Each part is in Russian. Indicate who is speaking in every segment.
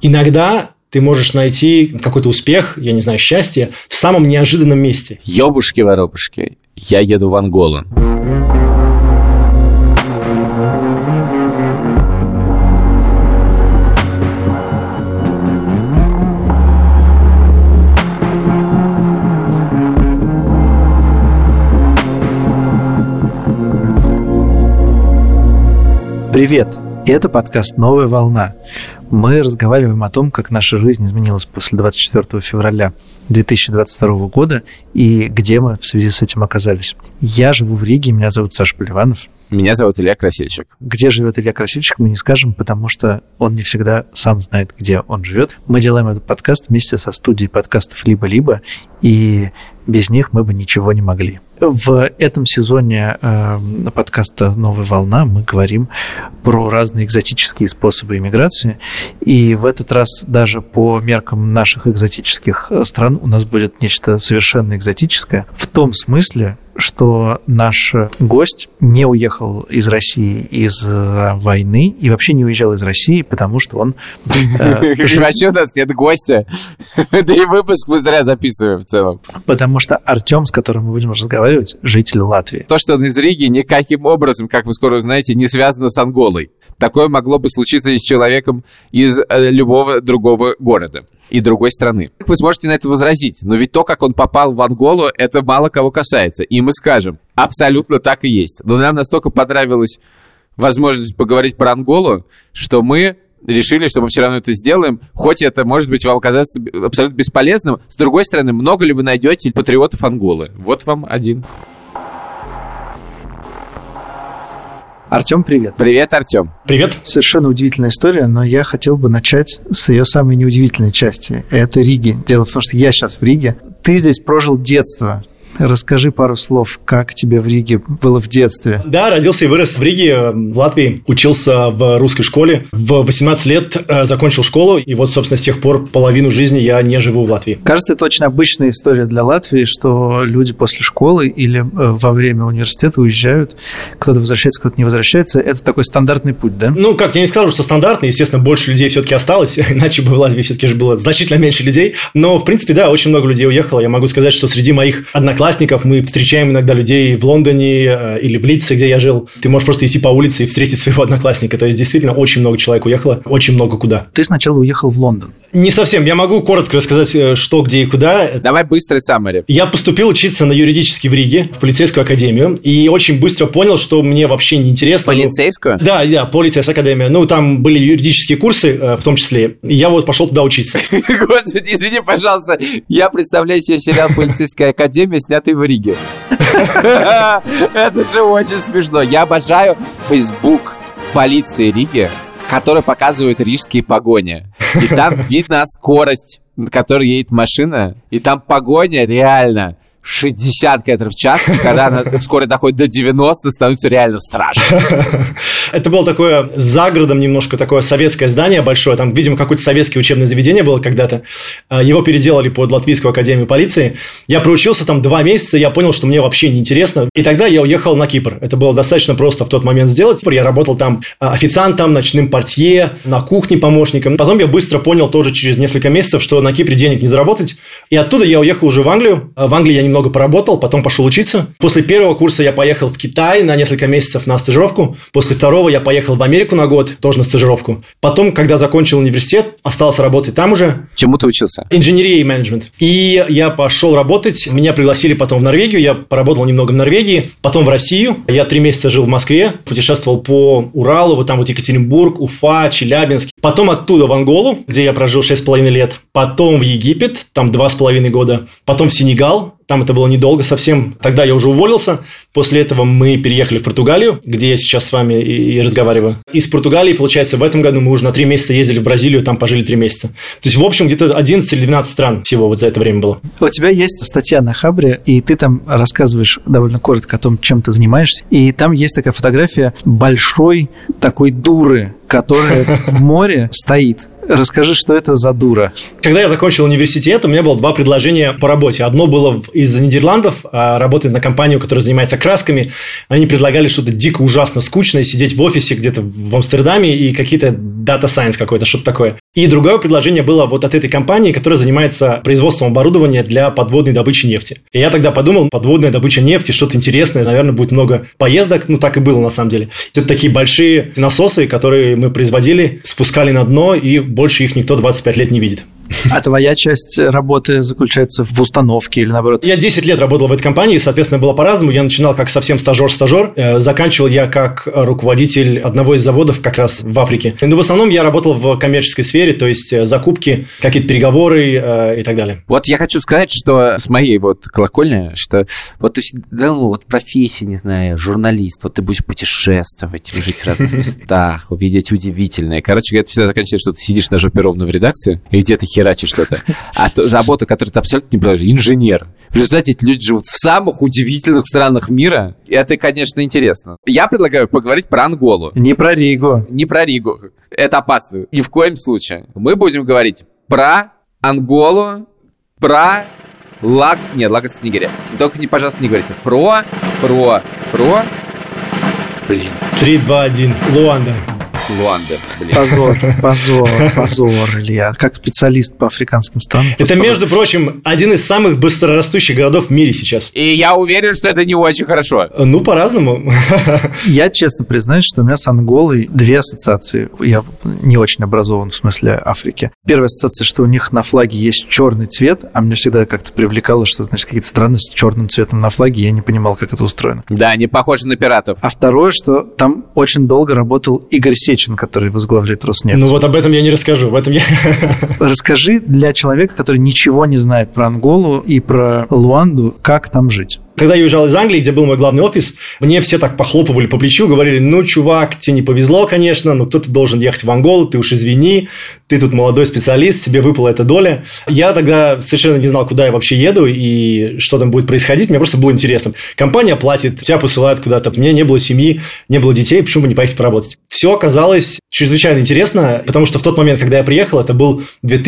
Speaker 1: Иногда ты можешь найти какой-то успех, я не знаю, счастье в самом неожиданном месте.
Speaker 2: Ёбушки-воробушки, я еду в Анголу.
Speaker 3: Привет! Это подкаст «Новая волна». Мы разговариваем о том, как наша жизнь изменилась после 24 февраля 2022 года и где мы в связи с этим оказались. Я живу в Риге, меня зовут Саша Поливанов.
Speaker 2: Меня зовут Илья Красильщик.
Speaker 3: Где живет Илья Красильщик, мы не скажем, потому что он не всегда сам знает, где он живет. Мы делаем этот подкаст вместе со студией подкастов «Либо-либо», и без них мы бы ничего не могли. В этом сезоне подкаста «Новая волна» мы говорим про разные экзотические способы иммиграции, и в этот раз даже по меркам наших экзотических стран у нас будет нечто совершенно экзотическое, в том смысле, что наш гость не уехал из России из-за войны и вообще не уезжал из России, потому что он...
Speaker 2: Вообще у нас нет гостя. Да и выпуск мы зря записываем в целом.
Speaker 3: Потому что Артем, с которым мы будем разговаривать, житель Латвии.
Speaker 2: То, что он из Риги, никаким образом, как вы скоро узнаете, не связано с Анголой. Такое могло бы случиться и с человеком из любого другого города и другой страны. Вы сможете на это возразить, но ведь то, как он попал в Анголу, это мало кого касается. И мы скажем, абсолютно так и есть. Но нам настолько понравилась возможность поговорить про Анголу, что мы решили, что мы все равно это сделаем, хоть это, может быть, вам оказаться абсолютно бесполезным. С другой стороны, много ли вы найдете патриотов Анголы? Вот вам один.
Speaker 3: Артем, привет.
Speaker 2: Привет, Артем.
Speaker 1: Привет.
Speaker 3: Совершенно удивительная история, но я хотел бы начать с ее самой неудивительной части. Это Риги. Дело в том, что я сейчас в Риге. Ты здесь прожил детство. Расскажи пару слов, как тебе в Риге было в детстве.
Speaker 1: Да, родился и вырос в Риге, в Латвии. Учился в русской школе. В 18 лет закончил школу. И вот, собственно, с тех пор половину жизни я не живу в Латвии.
Speaker 3: Кажется, это очень обычная история для Латвии, что люди после школы или во время университета уезжают. Кто-то возвращается, кто-то не возвращается. Это такой стандартный путь, да?
Speaker 1: Ну, как, я не скажу, что стандартный. Естественно, больше людей все-таки осталось. Иначе бы в Латвии все-таки же было значительно меньше людей. Но, в принципе, да, очень много людей уехало. Я могу сказать, что среди моих одноклассников мы встречаем иногда людей в Лондоне или в Лидсе, где я жил. Ты можешь просто идти по улице и встретить своего одноклассника. То есть, действительно, очень много человек уехало, очень много куда.
Speaker 3: Ты сначала уехал в Лондон.
Speaker 1: Не совсем. Я могу коротко рассказать, что, где и куда.
Speaker 2: Давай быстрый саммари.
Speaker 1: Я поступил учиться на юридический в Риге, в полицейскую академию, и очень быстро понял, что мне вообще не интересно.
Speaker 2: Полицейскую?
Speaker 1: Да, полицейская академия. Ну, там были юридические курсы, в том числе. И я вот пошел туда учиться.
Speaker 2: Господи, извини, пожалуйста. Я представляю себе сериал «Полицейская академия», снятый в Риге. Это же очень смешно. Я обожаю Facebook полиции Риги, который показывает рижские погони. И там видно скорость, на которой едет машина. И там погоня реально 60 км в час. Когда она скоро доходит до 90, становится реально страшно.
Speaker 1: Это было такое за городом немножко, такое советское здание большое. Там, видимо, какое-то советское учебное заведение было когда-то. Его переделали под Латвийскую академию полиции. Я проучился там 2 месяца, я понял, что мне вообще неинтересно. И тогда я уехал на Кипр. Это было достаточно просто в тот момент сделать. Я работал там официантом, ночным портье, на кухне помощником. Потом я быстро понял тоже через несколько месяцев, что на Кипре денег не заработать. И оттуда я уехал уже в Англию. В Англии я немного поработал, потом пошел учиться. После первого курса я поехал в Китай на несколько месяцев на стажировку. После второго я поехал в Америку на год, тоже на стажировку. Потом, когда закончил университет, остался работать там уже.
Speaker 2: Чему ты учился?
Speaker 1: Инженерия и менеджмент. И я пошел работать. Меня пригласили потом в Норвегию. Я поработал немного в Норвегии, потом в Россию. Я 3 месяца жил в Москве, путешествовал по Уралу, вот там вот Екатеринбург, Уфа, Челябинск. Потом оттуда в Анголу, где я прожил 6,5 лет. Потом в Египет, там 2,5 года. Потом в Сенегал. Там это было недолго совсем. Тогда я уже уволился. После этого мы переехали в Португалию, где я сейчас с вами и разговариваю. Из Португалии, получается, в этом году мы уже на 3 месяца ездили в Бразилию, там пожили 3 месяца. То есть, в общем, где-то 11 или 12 стран всего вот за это время было.
Speaker 3: У тебя есть статья на Хабре, и ты там рассказываешь довольно коротко о том, чем ты занимаешься. И там есть такая фотография большой такой дуры, которая в море стоит. Расскажи, что это за дура.
Speaker 1: Когда я закончил университет, у меня было 2 предложения по работе. Одно было из Нидерландов, работать на компанию, которая занимается красками. Они предлагали что-то дико ужасно скучное, сидеть в офисе где-то в Амстердаме и какие-то data science какой-то, что-то такое. И другое предложение было вот от этой компании, которая занимается производством оборудования для подводной добычи нефти. И я тогда подумал, подводная добыча нефти, что-то интересное, наверное, будет много поездок, так и было на самом деле. Это такие большие насосы, которые мы производили, спускали на дно, и больше их никто 25 лет не видит.
Speaker 3: А твоя часть работы заключается в установке или наоборот?
Speaker 1: Я 10 лет работал в этой компании, соответственно, было по-разному. Я начинал как совсем стажер. Заканчивал я как руководитель одного из заводов как раз в Африке. Но в основном я работал в коммерческой сфере, то есть закупки, какие-то переговоры и так далее.
Speaker 2: Вот я хочу сказать, что с моей колокольни, что ты думал, профессия, не знаю, журналист, ты будешь путешествовать, жить в разных местах, увидеть удивительное. Короче, это всегда заканчивается, что ты сидишь на жопе ровно в редакции, и где-то херачишь что-то. А работа, которую ты абсолютно не понимаешь, инженер. В результате эти люди живут в самых удивительных странах мира, и это, конечно, интересно. Я предлагаю поговорить про Анголу.
Speaker 3: Не про Ригу.
Speaker 2: Не про Ригу. Это опасно. Ни в коем случае. Мы будем говорить про Анголу, про Нет, Лагос — это Нигерия. Только, пожалуйста, не говорите. Блин.
Speaker 1: 3, 2, 1. Луанда,
Speaker 2: блин.
Speaker 3: Позор, Илья. Как специалист по африканским странам.
Speaker 1: Это, между прочим, один из самых быстрорастущих городов в мире сейчас.
Speaker 2: И я уверен, что это не очень хорошо.
Speaker 1: По-разному.
Speaker 3: Я честно признаюсь, что у меня с Анголой 2 ассоциации. Я не очень образован в смысле Африки. Первая ассоциация, что у них на флаге есть черный цвет, а меня всегда как-то привлекало, что, значит, какие-то страны с черным цветом на флаге, я не понимал, как это устроено.
Speaker 2: Да, они похожи на пиратов.
Speaker 3: А второе, что там очень долго работал Игорь Сечин, который возглавляет Роснефть.
Speaker 1: Об этом я не расскажу.
Speaker 3: Расскажи для человека, который ничего не знает про Анголу и про Луанду, как там жить.
Speaker 1: Когда я уезжал из Англии, где был мой главный офис, мне все так похлопывали по плечу, говорили: чувак, тебе не повезло, конечно, но кто-то должен ехать в Анголу, ты уж извини, ты тут молодой специалист, тебе выпала эта доля. Я тогда совершенно не знал, куда я вообще еду и что там будет происходить, мне просто было интересно. Компания платит, тебя посылают куда-то, у меня не было семьи, не было детей, почему бы не поехать поработать? Все оказалось чрезвычайно интересно, потому что в тот момент, когда я приехал, это был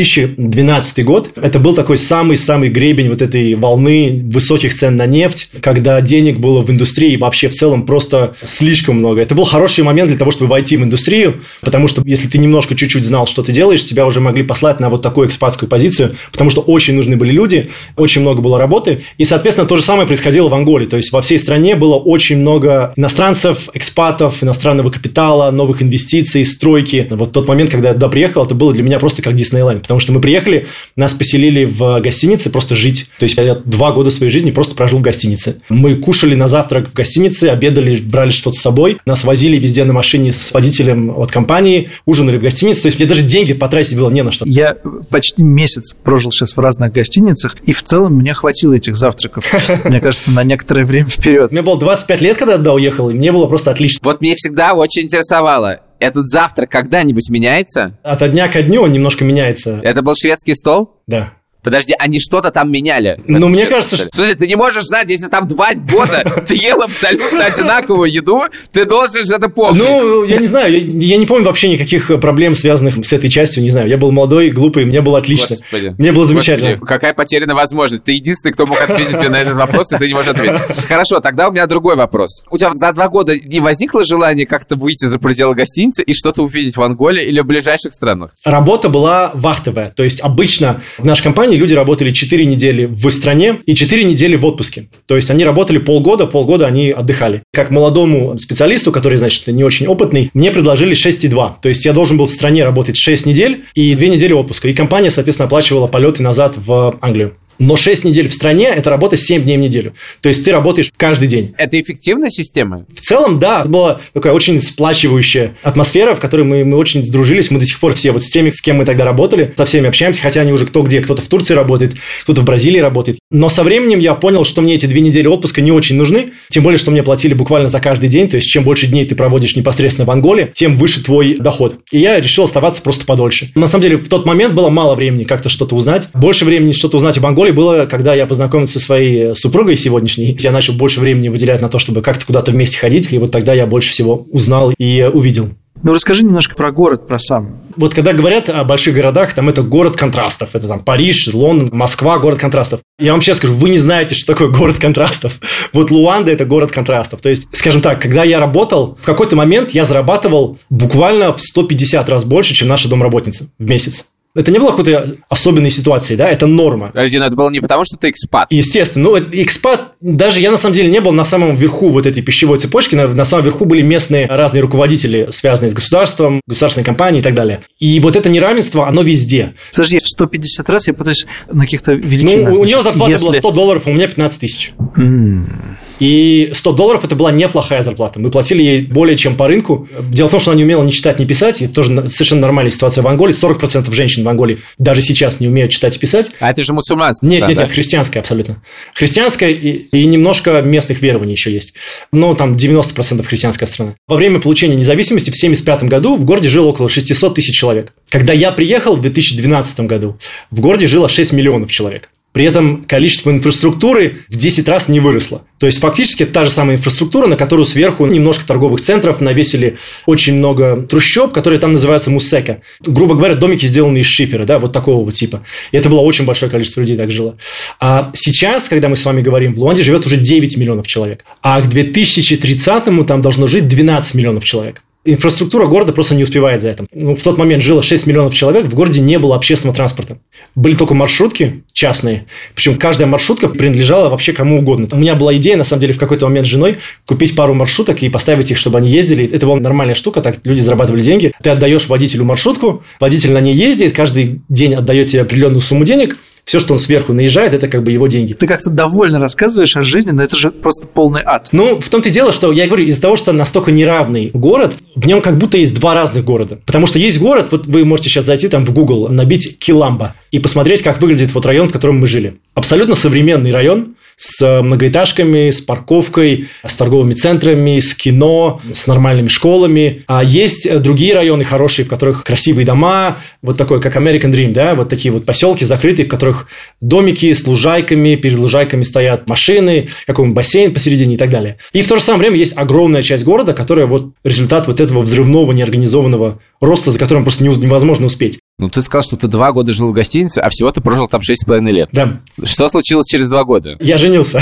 Speaker 1: 2012 год, это был такой самый-самый гребень вот этой волны высоких цен на нефть, когда денег было в индустрии вообще в целом просто слишком много. Это был хороший момент для того, чтобы войти в индустрию, потому что если ты немножко чуть-чуть знал, что ты делаешь, тебя уже могли послать на вот такую экспатскую позицию, потому что очень нужны были люди, очень много было работы. И, соответственно, то же самое происходило в Анголе. То есть во всей стране было очень много иностранцев, экспатов, иностранного капитала, новых инвестиций, стройки. Вот тот момент, когда я туда приехал, это было для меня просто как Диснейленд, потому что мы приехали, нас поселили в гостинице просто жить. То есть я 2 года своей жизни просто прожил в гостинице. Мы кушали на завтрак в гостинице, обедали, брали что-то с собой, нас возили везде на машине с водителем от компании, ужинали в гостинице, то есть мне даже деньги потратить было не на что.
Speaker 3: Я почти месяц прожил сейчас в разных гостиницах, и в целом мне хватило этих завтраков, мне кажется, на некоторое время вперед.
Speaker 1: Мне было 25 лет, когда я туда уехал, и мне было просто отлично.
Speaker 2: Вот мне всегда очень интересовало, этот завтрак когда-нибудь меняется?
Speaker 1: От дня ко дню он немножко меняется.
Speaker 2: Это был шведский стол?
Speaker 1: Да.
Speaker 2: Подожди, они что-то там меняли?
Speaker 1: Мне кажется, что...
Speaker 2: Слушай, ты не можешь знать, если там 2 года ты ел абсолютно одинаковую еду, ты должен это помнить.
Speaker 1: Я не знаю, я не помню вообще никаких проблем, связанных с этой частью, не знаю. Я был молодой, глупый, мне было отлично.
Speaker 2: Господи.
Speaker 1: Мне было замечательно.
Speaker 2: Господи, какая потеряна возможность. Ты единственный, кто мог ответить мне на этот вопрос, и ты не можешь ответить. Хорошо, тогда у меня другой вопрос. У тебя за 2 года не возникло желание как-то выйти за пределы гостиницы и что-то увидеть в Анголе или в ближайших странах?
Speaker 1: Работа была вахтовая. То есть обычно в нашей компании люди работали 4 недели в стране и 4 недели в отпуске. То есть они работали полгода они отдыхали. Как молодому специалисту, который, значит, не очень опытный, мне предложили 6,2. То есть я должен был в стране работать 6 недель и 2 недели отпуска. И компания, соответственно, оплачивала полеты назад в Англию. Но 6 недель в стране – это работа 7 дней в неделю. То есть ты работаешь каждый день.
Speaker 2: Это эффективная система?
Speaker 1: В целом, да. Это была такая очень сплачивающая атмосфера, в которой мы очень сдружились. Мы до сих пор все вот с теми, с кем мы тогда работали, со всеми общаемся, хотя они уже кто где. Кто-то в Турции работает, кто-то в Бразилии работает. Но со временем я понял, что мне эти 2 недели отпуска не очень нужны. Тем более, что мне платили буквально за каждый день. То есть чем больше дней ты проводишь непосредственно в Анголе, тем выше твой доход. И я решил оставаться просто подольше. На самом деле, в тот момент было мало времени как-то что-то узнать. Больше времени что-то узнать об Анголе было, когда я познакомился со своей супругой сегодняшней. Я начал больше времени выделять на то, чтобы как-то куда-то вместе ходить. И вот тогда я больше всего узнал и увидел.
Speaker 3: Ну, расскажи немножко про город, про сам.
Speaker 1: Вот когда говорят о больших городах, там это город контрастов. Это там Париж, Лондон, Москва, город контрастов. Я вам честно скажу, вы не знаете, что такое город контрастов. Вот Луанда – это город контрастов. То есть, скажем так, когда я работал, в какой-то момент я зарабатывал буквально в 150 раз больше, чем наша домработница в месяц. Это не было какой-то особенной ситуации, да, это норма.
Speaker 2: Подожди, но это было не потому, что ты экспат.
Speaker 1: Естественно, ну, экспат, даже я на самом деле не был на самом верху вот этой пищевой цепочки, на самом верху были местные разные руководители, связанные с государством, государственной компанией и так далее. И вот это неравенство, оно везде.
Speaker 3: Подожди, 150 раз я пытаюсь на каких-то величинах.
Speaker 1: Ну, у нее зарплата была $100, а у меня 15 тысяч. И $100 это была неплохая зарплата. Мы платили ей более чем по рынку. Дело в том, что она не умела ни читать, ни писать. И это тоже совершенно нормальная ситуация в Анголе. 40% женщин в Анголе даже сейчас не умеют читать и писать.
Speaker 2: А это же мусульманская страна,
Speaker 1: Нет, христианская абсолютно. Христианская и немножко местных верований еще есть. Но там 90% христианская страна. Во время получения независимости в 1975 году в городе жило около 600 тысяч человек. Когда я приехал в 2012 году, в городе жило 6 миллионов человек. При этом количество инфраструктуры в 10 раз не выросло. То есть, фактически, это та же самая инфраструктура, на которую сверху немножко торговых центров навесили очень много трущоб, которые там называются муссека. Грубо говоря, домики, сделанные из шифера, да, вот такого вот типа. И это было очень большое количество людей так жило. А сейчас, когда мы с вами говорим, в Луанде живет уже 9 миллионов человек. А к 2030-му там должно жить 12 миллионов человек. Инфраструктура города просто не успевает за этим. Ну, в тот момент жило 6 миллионов человек, в городе не было общественного транспорта. Были только маршрутки частные, причем каждая маршрутка принадлежала вообще кому угодно. У меня была идея, на самом деле, в какой-то момент с женой купить пару маршруток и поставить их, чтобы они ездили. Это была нормальная штука, так люди зарабатывали деньги. Ты отдаешь водителю маршрутку, водитель на ней ездит, каждый день отдает тебе определенную сумму денег. Все, что он сверху наезжает, это как бы его деньги.
Speaker 3: Ты как-то довольно рассказываешь о жизни, но это же просто полный ад.
Speaker 1: Ну, в том-то и дело, что я говорю, из-за того, что настолько неравный город, в нем как будто есть два разных города. Потому что есть город, вот вы можете сейчас зайти там в Google, набить Киламба и посмотреть, как выглядит вот район, в котором мы жили. Абсолютно современный район, с многоэтажками, с парковкой, с торговыми центрами, с кино, с нормальными школами. А есть другие районы хорошие, в которых красивые дома, вот такой, как American Dream, да, вот такие вот поселки закрытые, в которых домики с лужайками, перед лужайками стоят машины, какой-нибудь бассейн посередине и так далее. И в то же самое время есть огромная часть города, которая вот результат вот этого взрывного, неорганизованного роста, за которым просто невозможно успеть.
Speaker 2: Ну, ты сказал, что ты 2 года жил в гостинице, а всего ты прожил там 6,5 лет.
Speaker 1: Да.
Speaker 2: Что случилось через 2 года?
Speaker 1: Я женился.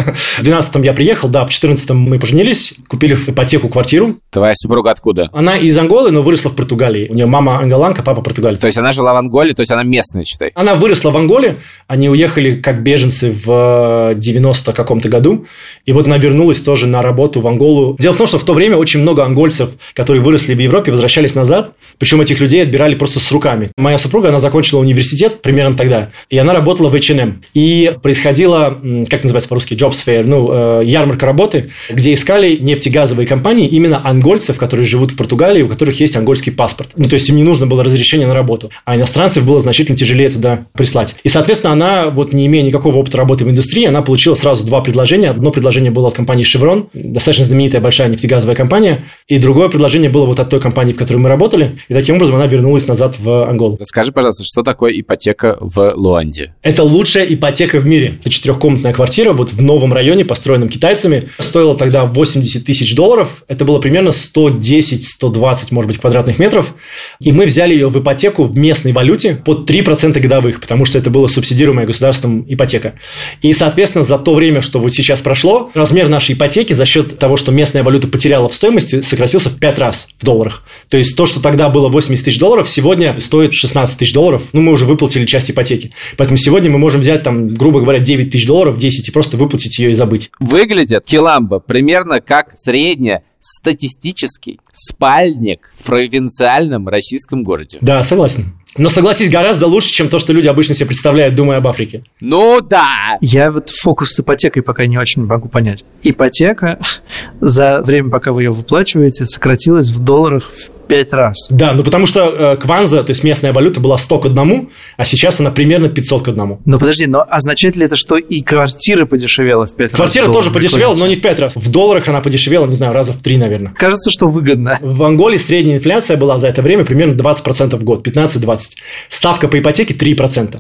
Speaker 1: В 12-м я приехал, да, в 14-м мы поженились, купили в ипотеку квартиру.
Speaker 2: Твоя супруга откуда?
Speaker 1: Она из Анголы, но выросла в Португалии. У нее мама анголанка, папа португалец.
Speaker 2: То есть она жила в Анголе, то есть она местная, считай?
Speaker 1: Она выросла в Анголе, они уехали как беженцы в 90 каком-то году, и вот она вернулась тоже на работу в Анголу. Дело в том, что в то время очень много ангольцев, которые выросли в Европе, возвращались назад, причем этих людей отбирали просто с руками. Моя супруга, она закончила университет примерно тогда, и она работала в H&M. И происходила, как называется по-русски, jobs fair, ярмарка работы, где искали нефтегазовые компании именно ангольцев, которые живут в Португалии, у которых есть ангольский паспорт. Ну, то есть им не нужно было разрешение на работу, а иностранцев было значительно тяжелее туда прислать. И, соответственно, она, вот не имея никакого опыта работы в индустрии, она получила сразу 2 предложения. Одно предложение было от компании Chevron, достаточно знаменитая большая нефтегазовая компания, и другое предложение было вот от той компании, в которой мы работали, и таким образом она вернулась назад в Анголу.
Speaker 2: Скажи, пожалуйста, что такое ипотека в Луанде?
Speaker 1: Это лучшая ипотека в мире. Это 4-комнатная квартира вот в новом районе, построенном китайцами. Стоила тогда $80 тысяч. Это было примерно 110-120, может быть, квадратных метров. И мы взяли ее в ипотеку в местной валюте под 3% годовых, потому что это была субсидируемая государством ипотека. И, соответственно, за то время, что вот сейчас прошло, размер нашей ипотеки за счет того, что местная валюта потеряла в стоимости, сократился в 5 раз в долларах. То есть то, что тогда было $80 тысяч, сегодня стоит $16 тысяч. Ну, мы уже выплатили часть ипотеки. Поэтому сегодня мы можем взять, там, грубо говоря, $9 тысяч, 10 и просто выплатить ее и забыть.
Speaker 2: Выглядит Киламба примерно как среднестатистический спальник в провинциальном российском городе.
Speaker 1: Да, согласен. Но, согласись, гораздо лучше, чем то, что люди обычно себе представляют, думая об Африке.
Speaker 2: Ну да!
Speaker 3: Я вот фокус с ипотекой пока не очень могу понять. Ипотека за время, пока вы ее выплачиваете, сократилась в долларах в 5 раз.
Speaker 1: Да, ну потому что кванза, то есть местная валюта, была 100 к 1, а сейчас она примерно 500 к 1.
Speaker 3: Но подожди, но означает ли это, что и квартира подешевела в 5 раз?
Speaker 1: Квартира тоже подешевела, но не в 5 раз. В долларах она подешевела, не знаю, раза в 3, наверное.
Speaker 3: Кажется, что выгодно.
Speaker 1: В Анголе средняя инфляция была за это время примерно 20% в год, 15-20%. Ставка по ипотеке 3%.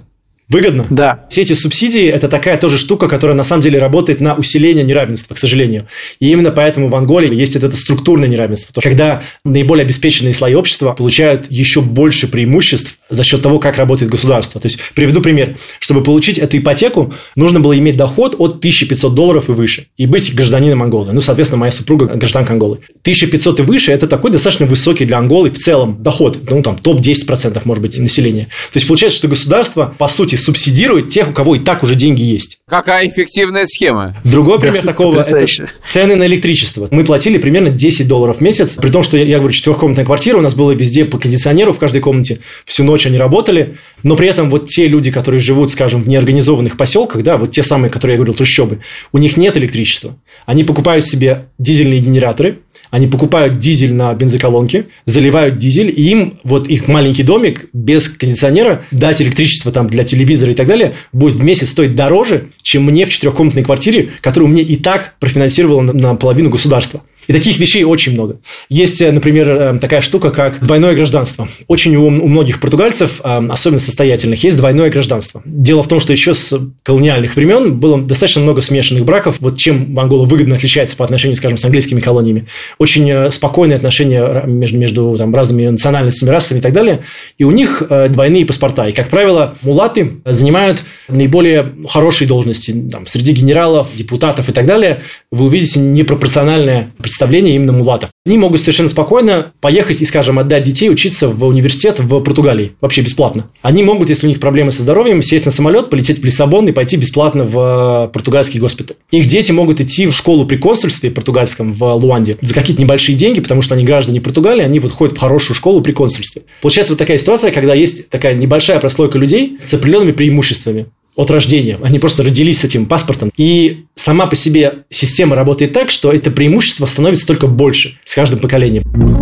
Speaker 1: Выгодно?
Speaker 3: Да.
Speaker 1: Все эти субсидии – это такая тоже штука, которая на самом деле работает на усиление неравенства, к сожалению. И именно поэтому в Анголе есть это структурное неравенство. Когда наиболее обеспеченные слои общества получают еще больше преимуществ за счет того, как работает государство. То есть, приведу пример. Чтобы получить эту ипотеку, нужно было иметь доход от $1500 и выше. И быть гражданином Анголы. Ну, соответственно, моя супруга гражданка Анголы. 1500 и выше – это такой достаточно высокий для Анголы в целом доход. Ну, там, топ-10% может быть населения. То есть, получается, что государство, по сути, субсидирует тех, у кого и так уже деньги есть.
Speaker 2: Какая эффективная схема.
Speaker 1: Другой пример такого – это цены на электричество. Мы платили примерно $10 в месяц, при том, что, я говорю, 4-комнатная квартира, у нас было везде по кондиционеру в каждой комнате, всю ночь они работали, но при этом вот те люди, которые живут, скажем, в неорганизованных поселках, да, вот те самые, которые я говорил, трущобы, у них нет электричества. Они покупают себе дизельные генераторы, они покупают дизель на бензоколонке, заливают дизель, и им вот их маленький домик без кондиционера, дать электричество там для телевизора и так далее, будет в месяц стоить дороже, чем мне в 4-комнатной квартире, которую мне и так профинансировало наполовину государство. И таких вещей очень много. Есть, например, такая штука, как двойное гражданство. Очень у многих португальцев, особенно состоятельных, есть двойное гражданство. Дело в том, что еще с колониальных времен было достаточно много смешанных браков. Вот чем Ангола выгодно отличается по отношению, скажем, с английскими колониями. Очень спокойные отношения между там, разными национальностями, расами и так далее. И у них двойные паспорта. И, как правило, мулаты занимают наиболее хорошие должности. Там, среди генералов, депутатов и так далее вы увидите непропорциональное представление именно мулатов. Они могут совершенно спокойно поехать и, скажем, отдать детей учиться в университет в Португалии. Вообще бесплатно. Они могут, если у них проблемы со здоровьем, сесть на самолет, полететь в Лиссабон и пойти бесплатно в португальский госпиталь. Их дети могут идти в школу при консульстве португальском в Луанде за какие-то небольшие деньги, потому что они граждане Португалии, они вот ходят в хорошую школу при консульстве. Получается вот такая ситуация, когда есть такая небольшая прослойка людей с определенными преимуществами от рождения. Они просто родились с этим паспортом. И сама по себе система работает так, что это преимущество становится только больше с каждым поколением.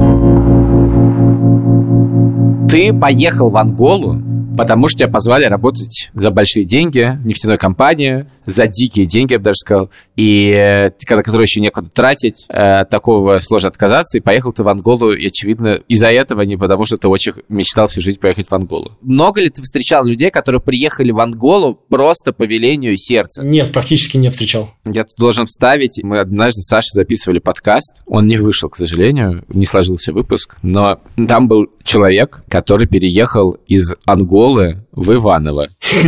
Speaker 2: Ты поехал в Анголу, потому что тебя позвали работать за большие деньги, нефтяной компании, за дикие деньги, я бы даже сказал, и которые еще некуда тратить, такого сложно отказаться, и поехал ты в Анголу, и, очевидно, из-за этого, не потому что ты очень мечтал всю жизнь поехать в Анголу. Много ли ты встречал людей, которые приехали в Анголу просто по велению сердца?
Speaker 1: Нет, практически не встречал.
Speaker 2: Я тут должен вставить, мы однажды с Сашей записывали подкаст, он не вышел, к сожалению, не сложился выпуск, но там был человек, который переехал из Анголы в Иваново.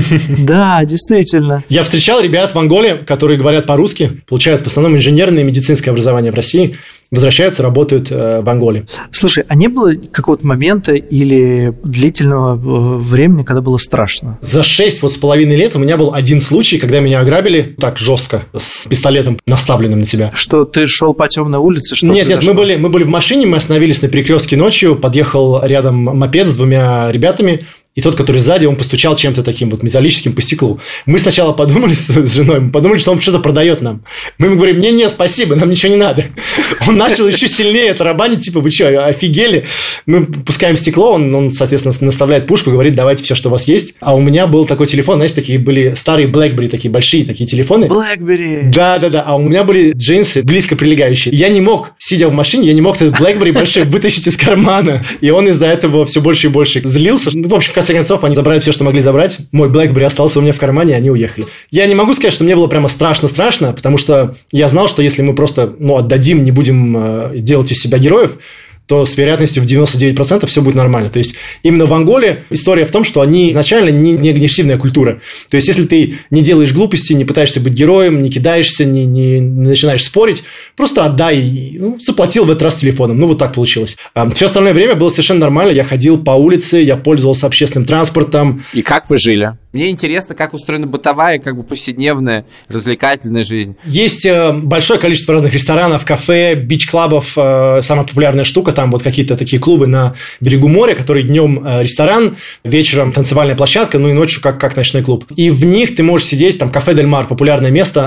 Speaker 3: Да, действительно.
Speaker 1: Я встречал ребят в Анголе, которые говорят по-русски, получают в основном инженерное и медицинское образование в России, возвращаются, работают в Анголе.
Speaker 3: Слушай, а не было какого-то момента или длительного времени, когда было страшно?
Speaker 1: За 6,5 лет у меня был один случай, когда меня ограбили так жестко, с пистолетом, наставленным на тебя.
Speaker 3: Что, ты шел по темной улице? Что
Speaker 1: Нет, мы были в машине, мы остановились на перекрестке ночью, подъехал рядом мопед с 2 ребятами, и тот, который сзади, он постучал чем-то таким вот металлическим по стеклу. Мы сначала подумали с женой, мы подумали, что он что-то продает нам. Мы ему говорим: не, спасибо, нам ничего не надо. Он начал еще сильнее тарабанить, типа: вы что, офигели? Мы пускаем стекло, он, соответственно, наставляет пушку, говорит: давайте все, что у вас есть. А у меня был такой телефон, знаете, такие были старые BlackBerry, такие большие такие телефоны.
Speaker 3: BlackBerry!
Speaker 1: Да, а у меня были джинсы близко прилегающие. Я не мог, сидя в машине, я не мог этот BlackBerry большой вытащить из кармана. И он из-за этого все больше и больше злился. Ну, в общем, в конце концов, они забрали все, что могли забрать. Мой BlackBerry остался у меня в кармане, и они уехали. Я не могу сказать, что мне было прямо страшно, потому что я знал, что если мы просто отдадим, не будем делать из себя героев, то с вероятностью в 99% все будет нормально. То есть, именно в Анголе история в том, что они изначально не агрессивная культура. То есть, если ты не делаешь глупости, не пытаешься быть героем, не кидаешься, не начинаешь спорить, просто отдай. Заплатил в этот раз телефоном. Вот так получилось. Все остальное время было совершенно нормально. Я ходил по улице, я пользовался общественным транспортом.
Speaker 2: И как вы жили? Мне интересно, как устроена бытовая, повседневная, развлекательная жизнь.
Speaker 1: Есть большое количество разных ресторанов, кафе, бич-клабов. Самая популярная штука там вот какие-то такие клубы на берегу моря, которые днем ресторан, вечером танцевальная площадка, и ночью как ночной клуб. И в них ты можешь сидеть, там кафе Дель Мар, популярное место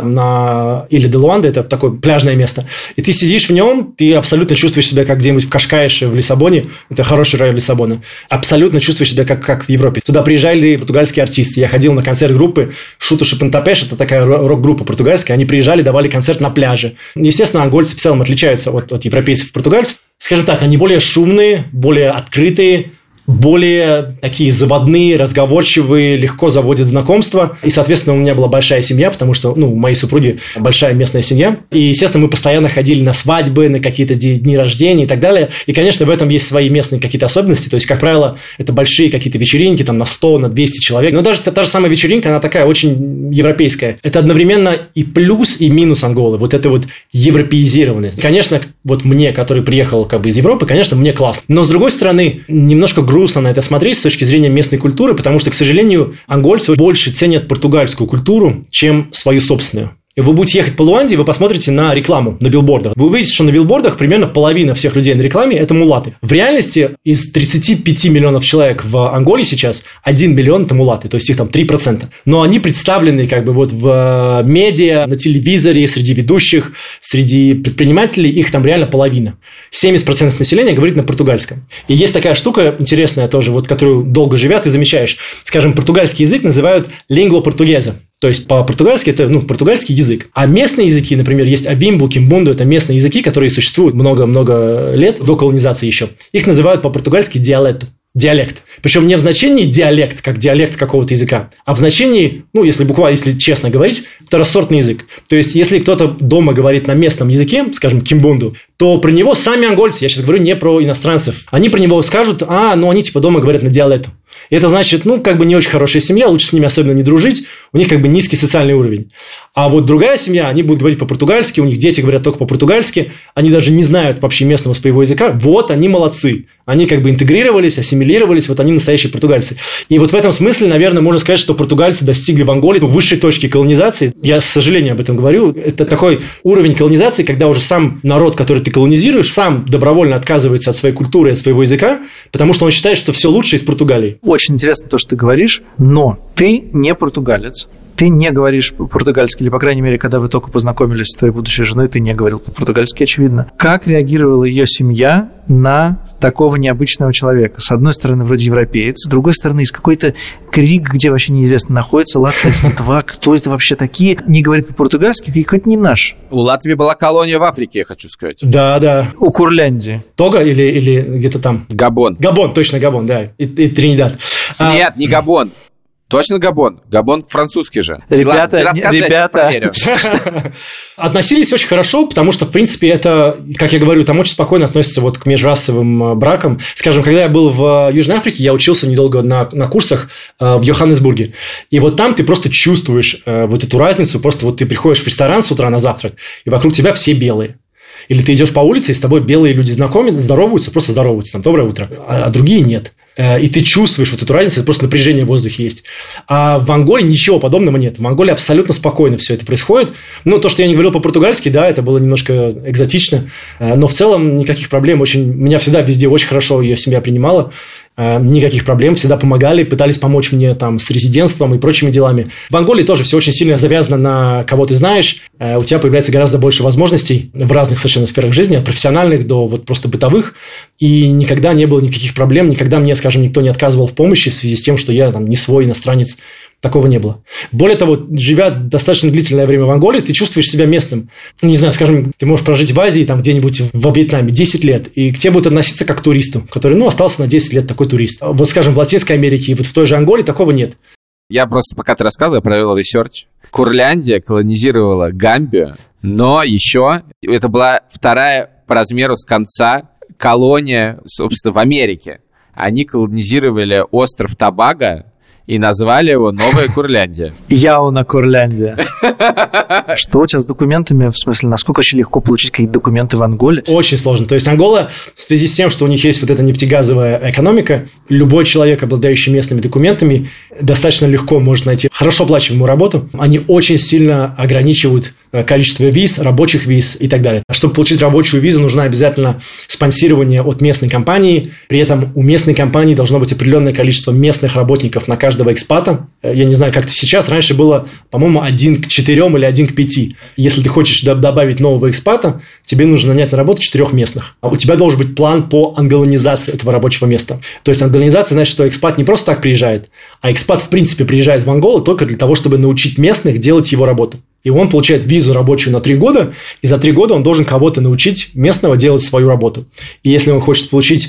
Speaker 1: или Де Луанда, это такое пляжное место. И ты сидишь в нем, ты абсолютно чувствуешь себя как где-нибудь в Кашкаеше в Лиссабоне, это хороший район Лиссабона. Абсолютно чувствуешь себя как в Европе. Туда приезжали португальские артисты. Я ходил на концерт группы Шутуш и Пентапеш, это такая рок-группа португальская. Они приезжали, давали концерт на пляже. Естественно, ангольцы в целом отличаются от европейцев и португальцев. Скажем так, они более шумные, более открытые, более такие заводные, разговорчивые, легко заводят знакомства. И, соответственно, у меня была большая семья, потому что, у моей супруги большая местная семья. И, естественно, мы постоянно ходили на свадьбы, на какие-то дни рождения и так далее. И, конечно, в этом есть свои местные какие-то особенности. То есть, как правило, это большие какие-то вечеринки, там, на 100, на 200 человек. Но даже та же самая вечеринка, она такая очень европейская. Это одновременно и плюс, и минус Анголы. Вот это вот европеизированность. Конечно, вот мне, который приехал как бы из Европы, конечно, мне классно. Но, с другой стороны, немножко грустно на это смотреть с точки зрения местной культуры, потому что, к сожалению, ангольцы больше ценят португальскую культуру, чем свою собственную. И вы будете ехать по Луанде, вы посмотрите на рекламу, на билбордах. Вы увидите, что на билбордах примерно половина всех людей на рекламе – это мулаты. В реальности из 35 миллионов человек в Анголе сейчас 1 миллион – это мулаты, то есть их там 3%. Но они представлены как бы вот в медиа, на телевизоре, среди ведущих, среди предпринимателей, их там реально половина. 70% населения говорит на португальском. И есть такая штука интересная тоже, вот, которую долго живят и замечаешь. Скажем, португальский язык называют lingua portuguesa. То есть, по-португальски это, португальский язык. А местные языки, например, есть авимбу, кимбунду, это местные языки, которые существуют много-много лет, до колонизации еще. Их называют по-португальски диалект. Причем не в значении диалект, как диалект какого-то языка, а в значении, если честно говорить, второсортный язык. То есть, если кто-то дома говорит на местном языке, скажем, кимбунду, то про него сами ангольцы, я сейчас говорю не про иностранцев, они про него скажут, они типа дома говорят на диалекту. И это значит, не очень хорошая семья, лучше с ними особенно не дружить, у них как бы низкий социальный уровень. А вот другая семья, они будут говорить по-португальски, у них дети говорят только по-португальски, они даже не знают вообще местного своего языка, вот они молодцы. Они как бы интегрировались, ассимилировались, вот они настоящие португальцы. И вот в этом смысле, наверное, можно сказать, что португальцы достигли в Анголе высшей точки колонизации. Я с сожалением об этом говорю. Это такой уровень колонизации, когда уже сам народ, который ты колонизируешь, сам добровольно отказывается от своей культуры, от своего языка, потому что он считает, что все лучше из Португалии.
Speaker 3: Очень интересно то, что ты говоришь, но ты не португалец. Ты не говоришь по-португальски, или, по крайней мере, когда вы только познакомились с твоей будущей женой, ты не говорил по-португальски, очевидно. Как реагировала ее семья на такого необычного человека? С одной стороны, вроде европеец, с другой стороны, из какой-то крик, где вообще неизвестно находится, Латвия, Литва, кто это вообще такие? Не говорит по-португальски, какой-то не наш.
Speaker 2: У Латвии была колония в Африке, я хочу сказать.
Speaker 1: Да.
Speaker 3: У Курляндии.
Speaker 1: Тога или где-то там?
Speaker 2: Габон.
Speaker 1: Габон, точно Габон, да. И Тринидад.
Speaker 2: Нет, не Габон. Точно Габон? Габон французский же.
Speaker 3: Ребята,
Speaker 1: относились очень хорошо, потому что, в принципе, это, как я говорю, там очень спокойно относятся вот к межрасовым бракам. Скажем, когда я был в Южной Африке, я учился недолго на курсах в Йоханнесбурге. И вот там ты просто чувствуешь вот эту разницу. Просто вот ты приходишь в ресторан с утра на завтрак, и вокруг тебя все белые. Или ты идешь по улице, и с тобой белые люди здороваются, просто здороваются, там, доброе утро, а другие нет. И ты чувствуешь вот эту разницу, это просто напряжение в воздухе есть. А в Анголе ничего подобного нет. В Анголе абсолютно спокойно все это происходит. То, что я не говорил по-португальски, да, это было немножко экзотично. Но в целом никаких проблем. Меня всегда везде очень хорошо ее семья принимала. Никаких проблем, всегда помогали, пытались помочь мне там с резидентством и прочими делами. В Анголе тоже все очень сильно завязано на кого ты знаешь. У тебя появляется гораздо больше возможностей в разных совершенно сферах жизни, от профессиональных до вот просто бытовых. И никогда не было никаких проблем, никогда мне, скажем, никто не отказывал в помощи в связи с тем, что я там не свой иностранец. Такого не было. Более того, живя достаточно длительное время в Анголе, ты чувствуешь себя местным. Не знаю, скажем, ты можешь прожить в Азии, там где-нибудь во Вьетнаме 10 лет, и к тебе будут относиться как к туристу, который, остался на 10 лет такой турист. Вот, скажем, в Латинской Америке и вот в той же Анголе такого нет.
Speaker 2: Я просто, пока ты рассказывал, я провел ресерч. Курляндия колонизировала Гамбию, но еще это была вторая по размеру с конца колония, собственно, в Америке. Они колонизировали остров Тобаго и назвали его Новая Курляндия.
Speaker 3: Яуна Курляндия. Что у тебя с документами? В смысле, насколько очень легко получить какие-то документы в Анголе?
Speaker 1: Очень сложно. То есть Ангола, в связи с тем, что у них есть вот эта нефтегазовая экономика, любой человек, обладающий местными документами, достаточно легко может найти хорошо оплачиваемую работу. Они очень сильно ограничивают количество виз, рабочих виз и так далее. Чтобы получить рабочую визу, нужно обязательно спонсирование от местной компании. При этом у местной компании должно быть определенное количество местных работников на каждого экспата. Я не знаю, как это сейчас. Раньше было, по-моему, 1 к 4 или 1 к 5. Если ты хочешь добавить нового экспата, тебе нужно нанять на работу 4 местных. А у тебя должен быть план по анголанизации этого рабочего места. То есть анголанизация значит, что экспат не просто так приезжает, а экспат в принципе приезжает в Анголу только для того, чтобы научить местных делать его работу. И он получает визу рабочую на 3 года, и за 3 года он должен кого-то научить местного делать свою работу. И если он хочет получить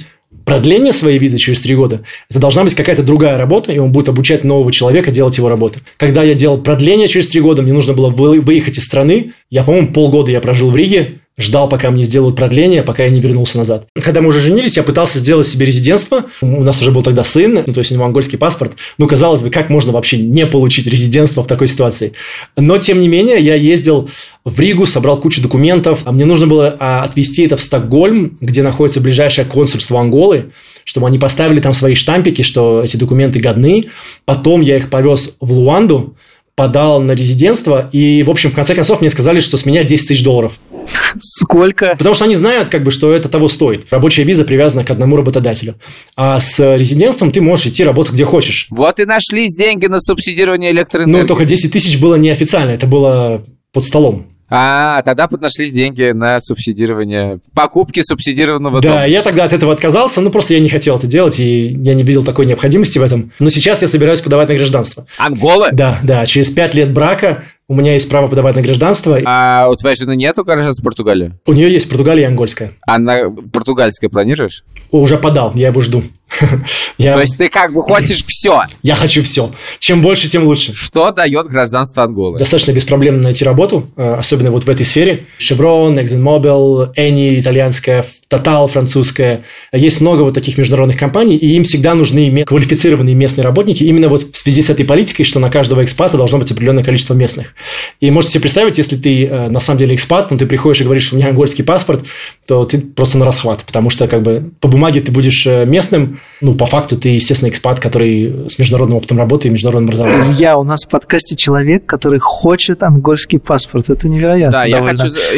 Speaker 1: продление своей визы через 3 года, это должна быть какая-то другая работа, и он будет обучать нового человека делать его работу. Когда я делал продление через 3 года, мне нужно было выехать из страны. Я, по-моему, полгода я прожил в Риге, ждал, пока мне сделают продление, пока я не вернулся назад. Когда мы уже женились, я пытался сделать себе резидентство. У нас уже был тогда сын, то есть у него ангольский паспорт. Казалось бы, как можно вообще не получить резидентство в такой ситуации? Но, тем не менее, я ездил в Ригу, собрал кучу документов. Мне нужно было отвезти это в Стокгольм, где находится ближайшее консульство Анголы, чтобы они поставили там свои штампики, что эти документы годны. Потом я их повез в Луанду, подал на резидентство, и, в общем, в конце концов, мне сказали, что с меня $10 000.
Speaker 3: Сколько?
Speaker 1: Потому что они знают, что это того стоит. Рабочая виза привязана к одному работодателю. А с резидентством ты можешь идти работать где хочешь.
Speaker 2: Вот и нашлись деньги на субсидирование электроэнергии.
Speaker 1: Только 10 000 было неофициально, это было под столом.
Speaker 2: Тогда нашлись деньги на субсидирование, покупки субсидированного дома.
Speaker 1: Да, я тогда от этого отказался, просто я не хотел это делать, и я не видел такой необходимости в этом. Но сейчас я собираюсь подавать на гражданство.
Speaker 2: Ангола?
Speaker 1: Да, через 5 лет брака у меня есть право подавать на гражданство.
Speaker 2: А у твоей жены нету гражданства Португалии?
Speaker 1: У нее есть Португалия и ангольская.
Speaker 2: А на португальское планируешь?
Speaker 1: Уже подал, я его жду.
Speaker 2: То есть ты хочешь все? Я
Speaker 1: хочу все. Чем больше, тем лучше.
Speaker 2: Что дает гражданство Анголы?
Speaker 1: Достаточно беспроблемно найти работу, особенно в этой сфере. Chevron, ExxonMobil, Eni итальянская, Total французская. Есть много таких международных компаний, и им всегда нужны квалифицированные местные работники, именно в связи с этой политикой, что на каждого экспата должно быть определенное количество местных. И можете себе представить, если ты на самом деле экспат, ты приходишь и говоришь, что у меня ангольский паспорт, то ты просто на расхват, потому что по бумаге ты будешь местным, по факту ты, естественно, экспат, который с международным опытом работы и международным образованием.
Speaker 3: У нас в подкасте человек, который хочет ангольский паспорт. Это невероятно.
Speaker 2: Да, я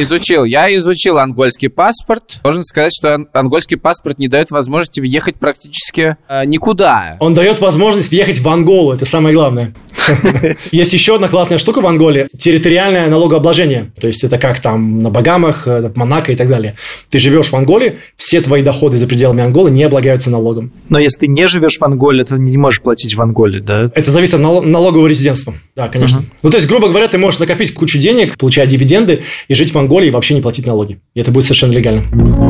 Speaker 2: изучил ангольский паспорт. Должен сказать, что ангольский паспорт не дает возможности въехать практически никуда.
Speaker 1: Он дает возможность въехать в Анголу, это самое главное. Есть еще одна классная штука в Анголе – территориальное налогообложение. То есть, это как там на Багамах, в Монако и так далее. Ты живешь в Анголе, все твои доходы за пределами Анголы не облагаются налогом.
Speaker 3: Но если ты не живешь в Анголе, ты не можешь платить в Анголе, да?
Speaker 1: Это зависит от налогового резидентства. Да, конечно. То есть, грубо говоря, ты можешь накопить кучу денег, получать дивиденды и жить в Анголе и вообще не платить налоги. И это будет совершенно легально.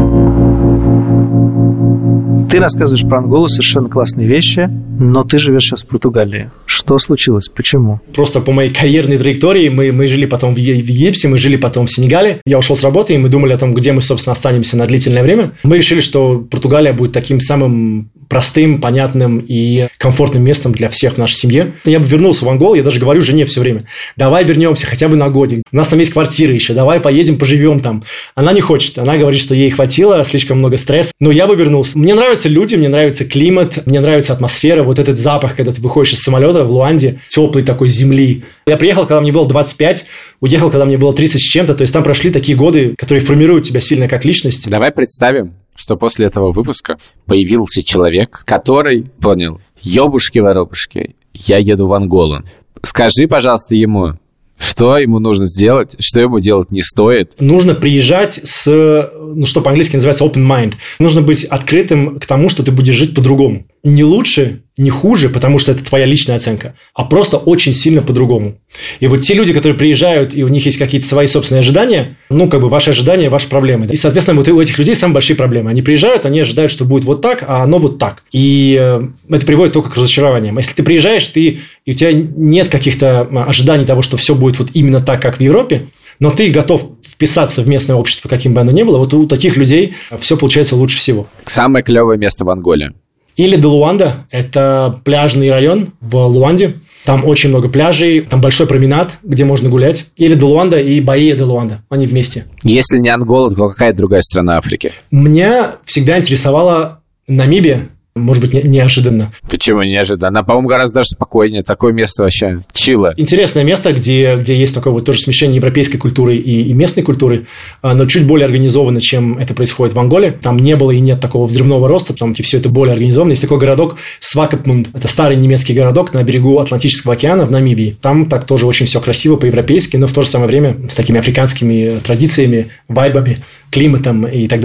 Speaker 3: Ты рассказываешь про Анголу совершенно классные вещи, но ты живешь сейчас в Португалии. Что случилось? Почему?
Speaker 1: Просто по моей карьерной траектории мы жили потом в Египте, мы жили потом в Сенегале. Я ушел с работы, и мы думали о том, где мы, собственно, останемся на длительное время. Мы решили, что Португалия будет таким самым простым, понятным и комфортным местом для всех в нашей семье. Я бы вернулся в Анголу, я даже говорю жене все время: давай вернемся хотя бы на годик. У нас там есть квартира еще, давай поедем, поживем там. Она не хочет, она говорит, что ей хватило, слишком много стресса. Но я бы вернулся. Мне нравятся люди, мне нравится климат, мне нравится атмосфера, вот этот запах, когда ты выходишь из самолета в Луанде, теплой такой земли. Я приехал, когда мне было 25, уехал, когда мне было 30 с чем-то, то есть там прошли такие годы, которые формируют тебя сильно как личность.
Speaker 2: Давай представим, что после этого выпуска появился человек, который понял: ёбушки-воробушки, я еду в Анголу. Скажи, пожалуйста, ему, что ему нужно сделать, что ему делать не стоит.
Speaker 1: Нужно приезжать с, что по-английски называется open mind. Нужно быть открытым к тому, что ты будешь жить по-другому. Не лучше, не хуже, потому что это твоя личная оценка, а просто очень сильно по-другому. И вот те люди, которые приезжают, и у них есть какие-то свои собственные ожидания, ваши ожидания, ваши проблемы. И, соответственно, вот у этих людей самые большие проблемы. Они приезжают, они ожидают, что будет вот так, а оно вот так. И это приводит только к разочарованиям. Если ты приезжаешь, и у тебя нет каких-то ожиданий того, что все будет вот именно так, как в Европе, но ты готов вписаться в местное общество, каким бы оно ни было, вот у таких людей все получается лучше всего.
Speaker 2: Самое клевое место в Анголе.
Speaker 1: Или де Луанда, это пляжный район в Луанде. Там очень много пляжей, там большой променад, где можно гулять. Или де Луанда и Баия де Луанда, они вместе.
Speaker 2: Если не Ангола, то какая другая страна Африки?
Speaker 1: Меня всегда интересовала Намибия. Может быть, неожиданно.
Speaker 2: Почему неожиданно? Она, по-моему, гораздо даже спокойнее. Такое место вообще чило.
Speaker 1: Интересное место, где есть такое вот тоже смешение европейской культуры и местной культуры, но чуть более организованно, чем это происходит в Анголе. Там не было и нет такого взрывного роста, потому что все это более организовано. Есть такой городок Свакопмунд. Это старый немецкий городок на берегу Атлантического океана в Намибии. Там так тоже очень все красиво по-европейски, но в то же самое время с такими африканскими традициями, вайбами, климатом и так далее.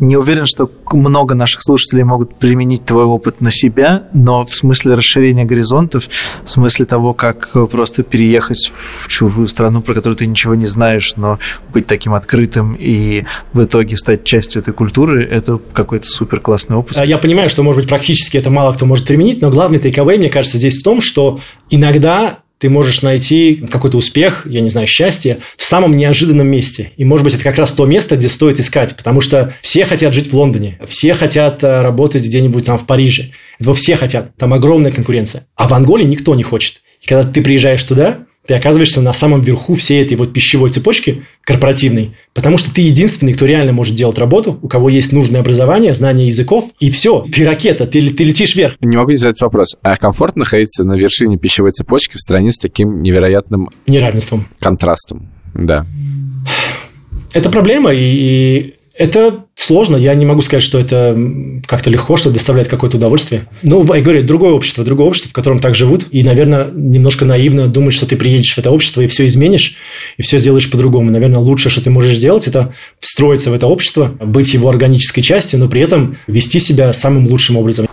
Speaker 3: Не уверен, что много наших слушателей могут применить твой опыт на себя, но в смысле расширения горизонтов, в смысле того, как просто переехать в чужую страну, про которую ты ничего не знаешь, но быть таким открытым и в итоге стать частью этой культуры, это какой-то супер классный опыт.
Speaker 1: Я понимаю, что, может быть, практически это мало кто может применить, но главный тейковей, мне кажется, здесь в том, что иногда ты можешь найти какой-то успех, я не знаю, счастье в самом неожиданном месте. И, может быть, это как раз то место, где стоит искать. Потому что все хотят жить в Лондоне, все хотят работать где-нибудь там в Париже. Этого все хотят. Там огромная конкуренция. А в Анголе никто не хочет. И когда ты приезжаешь туда, ты оказываешься на самом верху всей этой вот пищевой цепочки корпоративной, потому что ты единственный, кто реально может делать работу, у кого есть нужное образование, знание языков, и все, ты ракета, ты летишь вверх.
Speaker 2: Не могу не задать вопрос. А комфортно находиться на вершине пищевой цепочки в стране с таким невероятным
Speaker 1: неравенством,
Speaker 2: контрастом? Да.
Speaker 1: Это проблема, и это сложно. Я не могу сказать, что это как-то легко, что доставляет какое-то удовольствие. Ну, я говорю, другое общество, в котором так живут. И, наверное, немножко наивно думать, что ты приедешь в это общество и все изменишь, и все сделаешь по-другому. Наверное, лучшее, что ты можешь сделать, это встроиться в это общество, быть его органической частью, но при этом вести себя самым лучшим образом.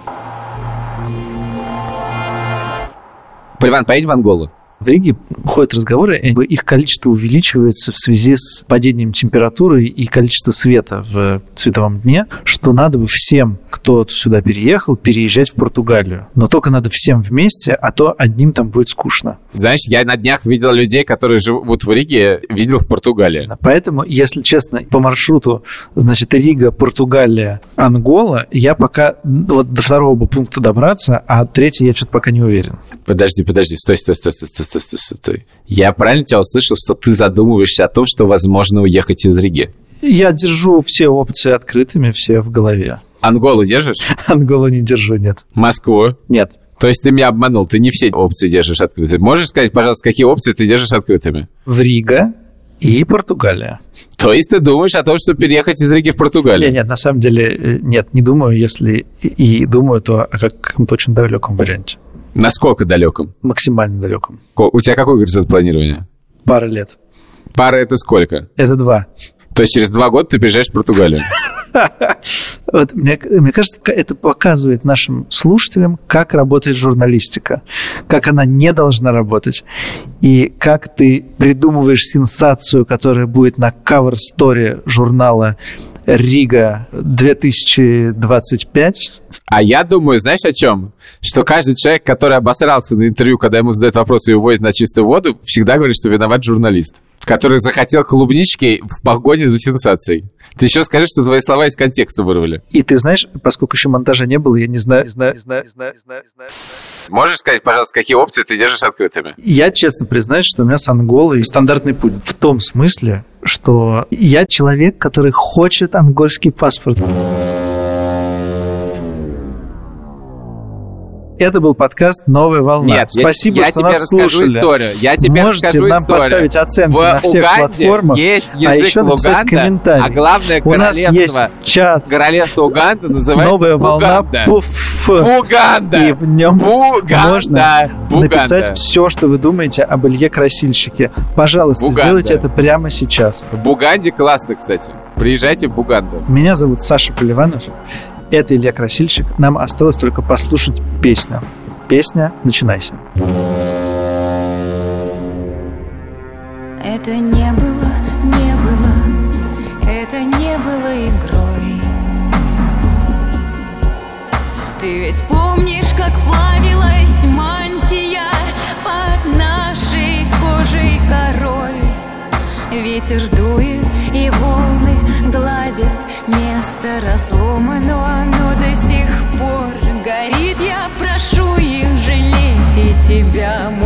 Speaker 2: Поливан, поедем в Анголу?
Speaker 3: В Риге ходят разговоры, их количество увеличивается в связи с падением температуры и количества света в световом дне, что надо бы всем, кто сюда переехал, переезжать в Португалию. Но только надо всем вместе, а то одним там будет скучно.
Speaker 2: Знаешь, я на днях видел людей, которые живут в Риге, видел в Португалии.
Speaker 3: Поэтому, если честно, по маршруту, значит, Рига, Португалия, Ангола, я пока вот до второго бы пункта добраться, а третий я что-то пока не уверен.
Speaker 2: Подожди, стой. Я правильно тебя услышал, что ты задумываешься о том, что возможно уехать из Риги?
Speaker 3: Я держу все опции открытыми, все в голове.
Speaker 2: Анголу держишь?
Speaker 3: Анголу не держу, нет.
Speaker 2: Москву?
Speaker 3: Нет.
Speaker 2: То есть ты меня обманул, ты не все опции держишь открытыми. Можешь сказать, пожалуйста, какие опции ты держишь открытыми?
Speaker 3: В Рига и Португалия.
Speaker 2: То есть ты думаешь о том, что переехать из Риги в Португалию?
Speaker 3: Нет, на самом деле, нет, не думаю, если и думаю, то о каком-то очень далеком варианте.
Speaker 2: Насколько далеком?
Speaker 3: Максимально далеком.
Speaker 2: У тебя какой горизонт планирования?
Speaker 3: Пара лет.
Speaker 2: Пара – это сколько?
Speaker 3: Это 2.
Speaker 2: То есть через 2 года ты приезжаешь в Португалию?
Speaker 3: Вот, мне кажется, это показывает нашим слушателям, как работает журналистика, как она не должна работать, и как ты придумываешь сенсацию, которая будет на кавер-сторе журнала «Рига 2025».
Speaker 2: А я думаю, знаешь, о чем? Что каждый человек, который обосрался на интервью, когда ему задают вопросы и уводят на чистую воду, всегда говорит, что виноват журналист, который захотел клубнички в погоне за сенсацией. Ты еще скажи, что твои слова из контекста вырвали.
Speaker 3: И ты знаешь, поскольку еще монтажа не было, я не знаю.
Speaker 2: Можешь сказать, пожалуйста, какие опции ты держишь открытыми?
Speaker 3: Я честно признаюсь, что у меня с Анголой стандартный путь. В том смысле, что я человек, который хочет ангольский паспорт. Это был подкаст «Новая волна».
Speaker 2: Нет,
Speaker 3: спасибо, что нас слушали.
Speaker 2: Я тебе
Speaker 3: Можете
Speaker 2: расскажу
Speaker 3: нам
Speaker 2: историю.
Speaker 3: поставить оценки на всех платформах,
Speaker 2: есть язык
Speaker 3: а еще написать
Speaker 2: Луганда,
Speaker 3: комментарий.
Speaker 2: а главное
Speaker 3: У нас есть чат
Speaker 2: королевство Уганда называется
Speaker 3: «Новая волна».
Speaker 2: Буганда.
Speaker 3: И в нем можно
Speaker 2: Буганда.
Speaker 3: написать все, что вы думаете об Илье Красильщике. Пожалуйста,
Speaker 2: Буганда.
Speaker 3: сделайте это прямо сейчас.
Speaker 2: В Буганде классно, кстати. Приезжайте в Буганду.
Speaker 3: Меня зовут Саша Поливанов. Это Илья Красильщик. Нам осталось только послушать песню. Песня «Начинайся».
Speaker 4: Это не было, это не было игрой. Ты ведь помнишь, как плавилась мантия под нашей кожей корой? Ветер дует и волны гладят место разлома, но оно до сих пор горит. Я прошу их, жалейте тебя,